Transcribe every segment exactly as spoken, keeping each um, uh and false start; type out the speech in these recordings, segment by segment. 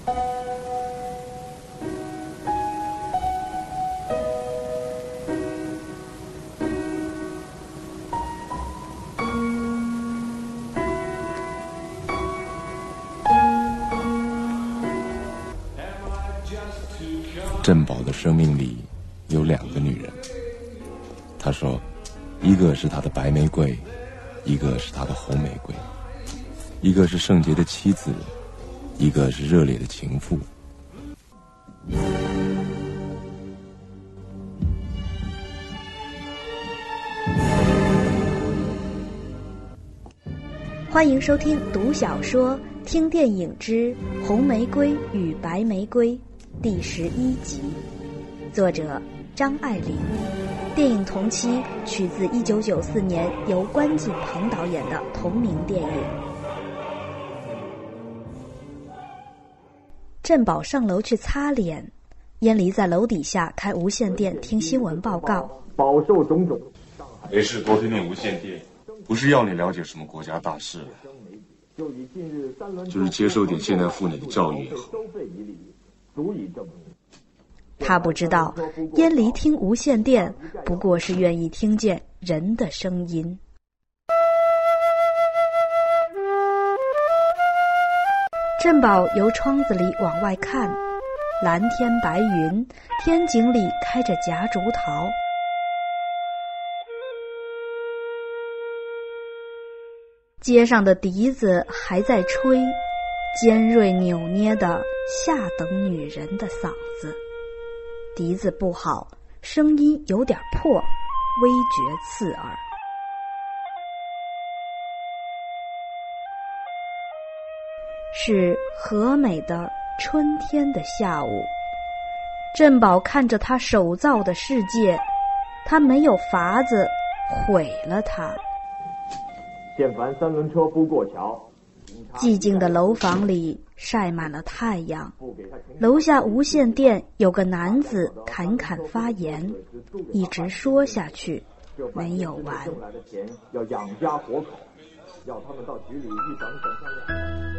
郑宝的生命里有两个女人，他说，一个是他的白玫瑰，一个是他的红玫瑰，一个是圣洁的妻子，一个是热烈的情妇。 欢迎收听读小说听电影之红玫瑰与白玫瑰第十一集，作者张爱玲。电影同期取自一九九四年由关锦鹏导演的同名电影。郑宝上楼去擦脸，燕离在楼底下开无线电听新闻报告。 饱受种种。 没事，多听听无线电，不是要你了解什么国家大事，就是接受点现代妇女的教育也好。 他不知道，燕离听无线电不过是愿意听见人的声音。郑宝由窗子里往外看，蓝天白云，天井里开着夹竹桃。街上的笛子还在吹，尖锐扭捏的下等女人的嗓子。笛子不好，声音有点破，微觉刺耳。是和美的春天的下午，郑宝看着他手造的世界，他没有法子毁了它。 现凡三轮车不过桥。 寂静的楼房里晒满了太阳，楼下无线电有个男子侃侃发言，一直说下去没有完。 要养家活口，要他们到局里一等等下来。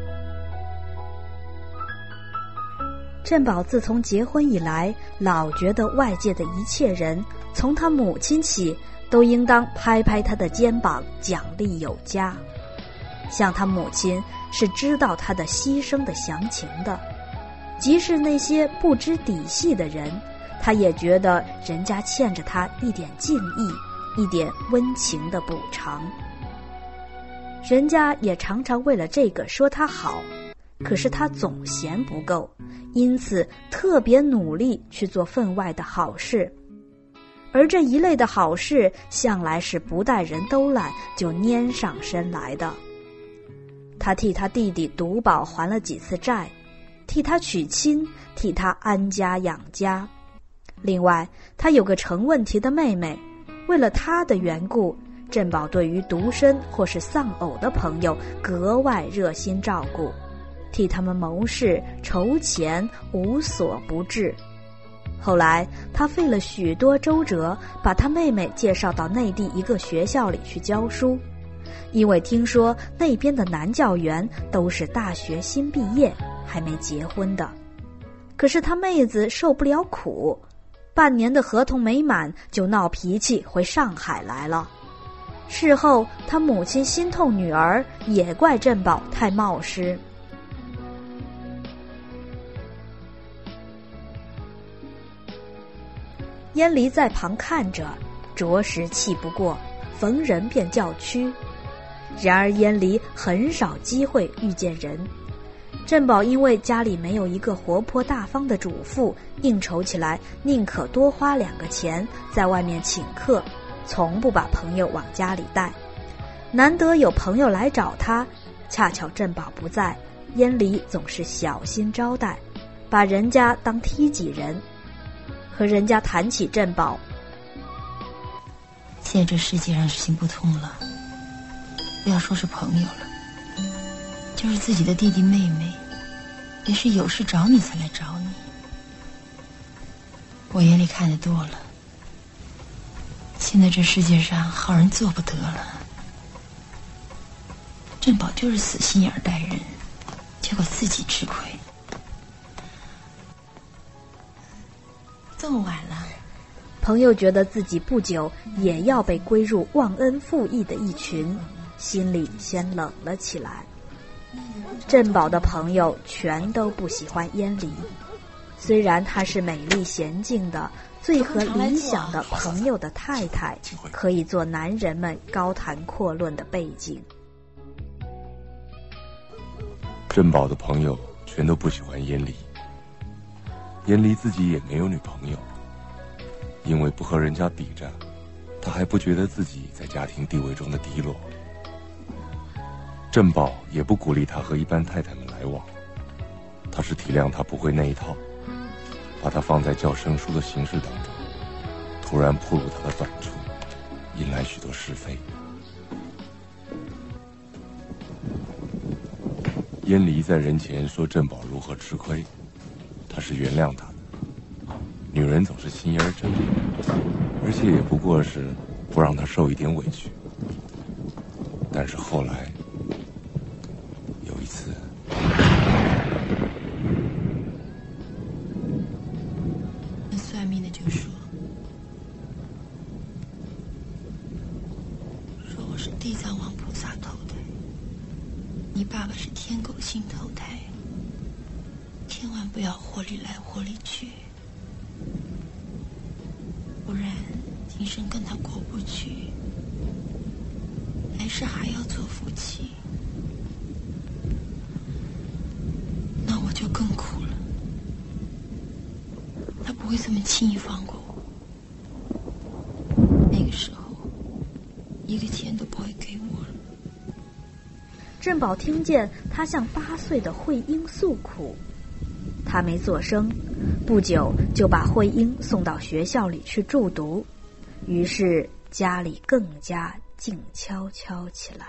郑宝自从结婚以来，老觉得外界的一切人，从他母亲起，都应当拍拍他的肩膀，奖励有加。像他母亲是知道他的牺牲的详情的，即使那些不知底细的人，他也觉得人家欠着他一点敬意，一点温情的补偿。人家也常常为了这个说他好，可是他总嫌不够，因此特别努力去做分外的好事。而这一类的好事向来是不待人都来就拈上身来的。他替他弟弟独宝还了几次债，替他娶亲，替他安家养家。另外，他有个成问题的妹妹，为了她的缘故，郑宝对于独身或是丧偶的朋友格外热心照顾，替他们谋事筹钱，无所不至。后来他费了许多周折，把他妹妹介绍到内地一个学校里去教书，因为听说那边的男教员都是大学新毕业还没结婚的。可是他妹子受不了苦，半年的合同没满就闹脾气回上海来了。事后他母亲心痛女儿，也怪郑宝太冒失。燕离在旁看着，着实气不过，逢人便叫屈。然而燕离很少机会遇见人。郑宝因为家里没有一个活泼大方的主妇，应酬起来宁可多花两个钱在外面请客，从不把朋友往家里带。难得有朋友来找他，恰巧郑宝不在，燕离总是小心招待，把人家当梯己人。和人家谈起郑宝， 现在这世界上是行不通了，不要说是朋友了，就是自己的弟弟妹妹，也是有事找你才来找你。我眼里看得多了，现在这世界上好人做不得了。郑宝就是死心眼待人，结果自己吃亏。 这么晚了。 朋友觉得自己不久也要被归入忘恩负义的一群，心里先冷了起来。振宝的朋友全都不喜欢燕离，虽然她是美丽娴静的、最合理想的朋友的太太，可以做男人们高谈阔论的背景。 振宝的朋友全都不喜欢燕离，燕离自己也没有女朋友，因为不和人家比着，他还不觉得自己在家庭地位中的低落。振宝也不鼓励他和一般太太们来往，他是体谅他不会那一套，把他放在较生疏的形式当中，突然暴露他的短处，引来许多是非。燕离在人前说振宝如何吃亏，他是原谅他的。女人总是心眼缜密，而且也不过是不让他受一点委屈。但是后来有一次， 那算命的就说说我是地藏王菩萨投胎，你爸爸是天狗星投胎，千万不要火里来火里去，不然今生跟他过不去，来世还要做夫妻，那我就更苦了。他不会这么轻易放过我，那个时候一个钱都不会给我了。 振宝听见他向八岁的慧英诉苦，他没作声，不久就把慧英送到学校里去住读，于是家里更加静悄悄起来。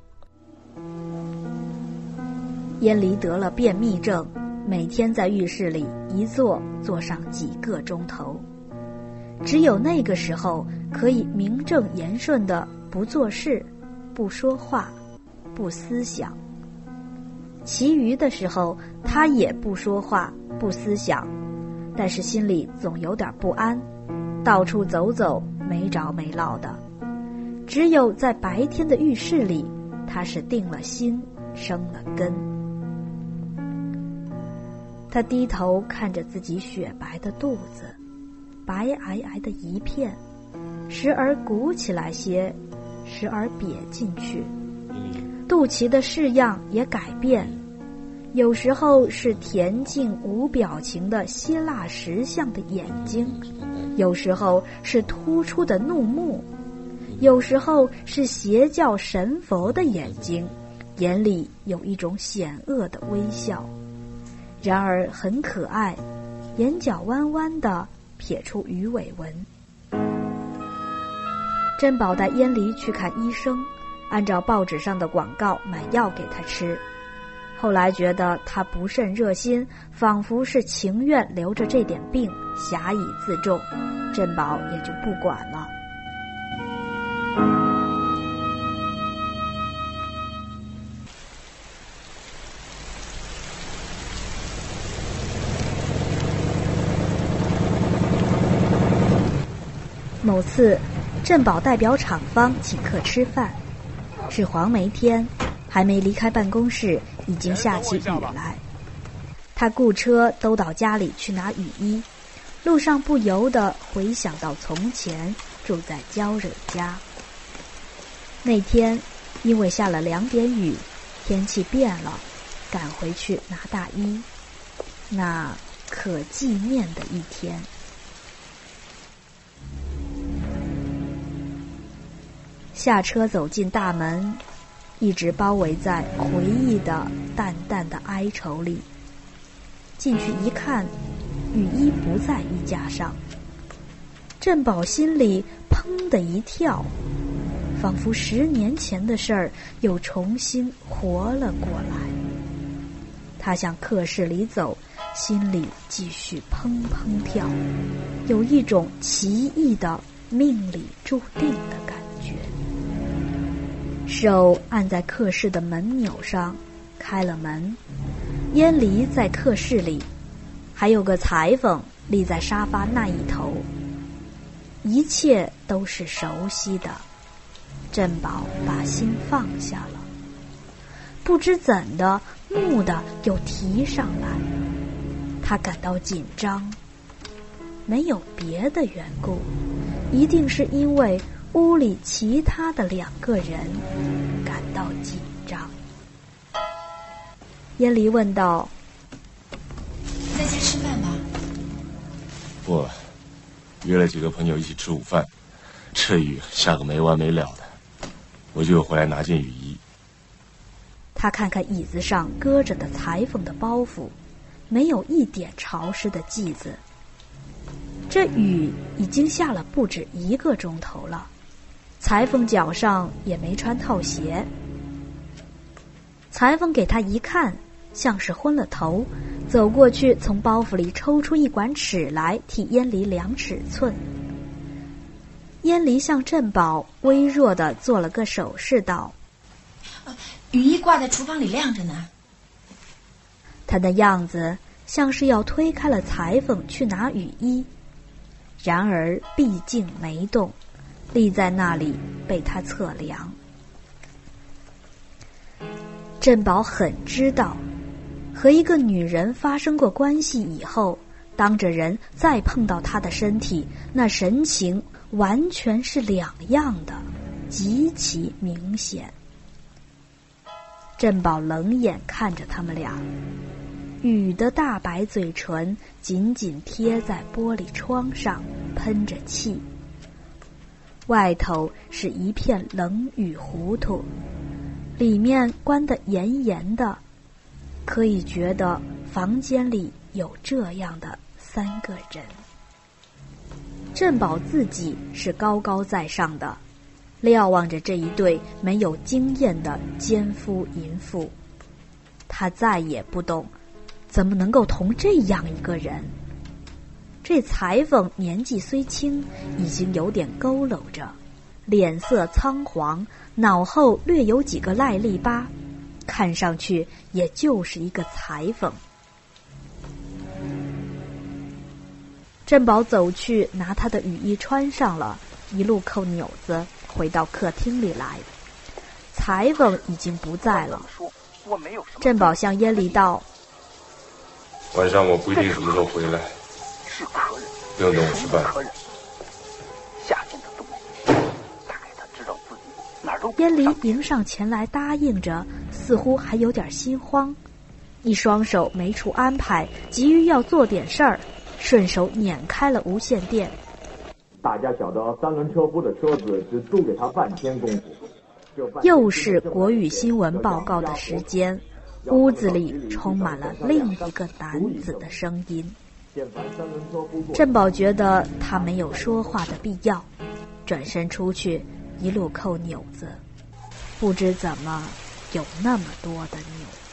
燕离得了便秘症，每天在浴室里一坐坐上几个钟头，只有那个时候可以名正言顺的不做事、不说话、不思想。其余的时候他也不说话、不思想，但是心里总有点不安，到处走走没着没落的。只有在白天的浴室里，他是定了心，生了根。他低头看着自己雪白的肚子，白皑皑的一片，时而鼓起来些，时而瘪进去，肚脐的式样也改变，有时候是恬静无表情的希腊石像的眼睛，有时候是突出的怒目，有时候是邪教神佛的眼睛，眼里有一种险恶的微笑，然而很可爱，眼角弯弯的撇出鱼尾纹。珍宝带燕离去看医生，按照报纸上的广告买药给他吃。后来觉得他不甚热心，仿佛是情愿留着这点病暇以自重，珍宝也就不管了。某次振宝代表厂方请客吃饭，是黄梅天，还没离开办公室，已经下起雨来。他雇车都到家里去拿雨衣，路上不由得回想到从前住在焦蕊家。那天因为下了两点雨，天气变了，赶回去拿大衣，那可纪念的一天。下车走进大门，一直包围在回忆的淡淡的哀愁里。进去一看，雨衣不在衣架上，振宝心里砰的一跳，仿佛十年前的事儿又重新活了过来。他向客室里走，心里继续砰砰跳，有一种奇异的命里注定的感觉。手按在客室的门钮上，开了门。燕离在客室里，还有个裁缝立在沙发那一头，一切都是熟悉的。振宝把心放下了，不知怎的，蓦地又提上来。他感到紧张，没有别的缘故，一定是因为屋里其他的两个人感到紧张。燕离问道： 在家吃饭吧？ 不，约了几个朋友一起吃午饭，这雨下个没完没了的，我就回来拿件雨衣。 他看看椅子上搁着的裁缝的包袱，没有一点潮湿的迹子。这雨已经下了不止一个钟头了，裁缝脚上也没穿套鞋。裁缝给他一看，像是昏了头，走过去从包袱里抽出一管尺来替燕离量尺寸。燕离向振宝微弱地做了个手势道： 呃，雨衣挂在厨房里晾着呢。 他的样子像是要推开了裁缝去拿雨衣，然而毕竟没动，立在那里被他测量。振宝很知道，和一个女人发生过关系以后，当着人再碰到她的身体，那神情完全是两样的，极其明显。振宝冷眼看着他们俩，雨的大白嘴唇紧紧贴在玻璃窗上，喷着气。外头是一片冷雨糊涂，里面关得严严的，可以觉得房间里有这样的三个人。振宝自己是高高在上的，瞭望着这一对没有经验的奸夫淫妇，他再也不懂怎么能够同这样一个人。这裁缝年纪虽轻，已经有点佝偻着，脸色苍黄，脑后略有几个癞痢疤，看上去也就是一个裁缝。振宝走去拿他的雨衣穿上了，一路扣钮子回到客厅里来。裁缝已经不在了。振宝向燕离道： 晚上我不一定什么时候回来， 是客人， 不用等我吃饭。 夏天的东西，大概他知道自己哪儿都。 燕离迎上前来答应着，似乎还有点心慌，一双手没处安排，急于要做点事儿，顺手碾开了无线电。 大家晓得三轮车夫的车子只租给他半天功夫。 又是国语新闻报告的时间，屋子里充满了另一个男子的声音。振宝觉得他没有说话的必要，转身出去，一路扣钮子，不知怎么有那么多的钮子。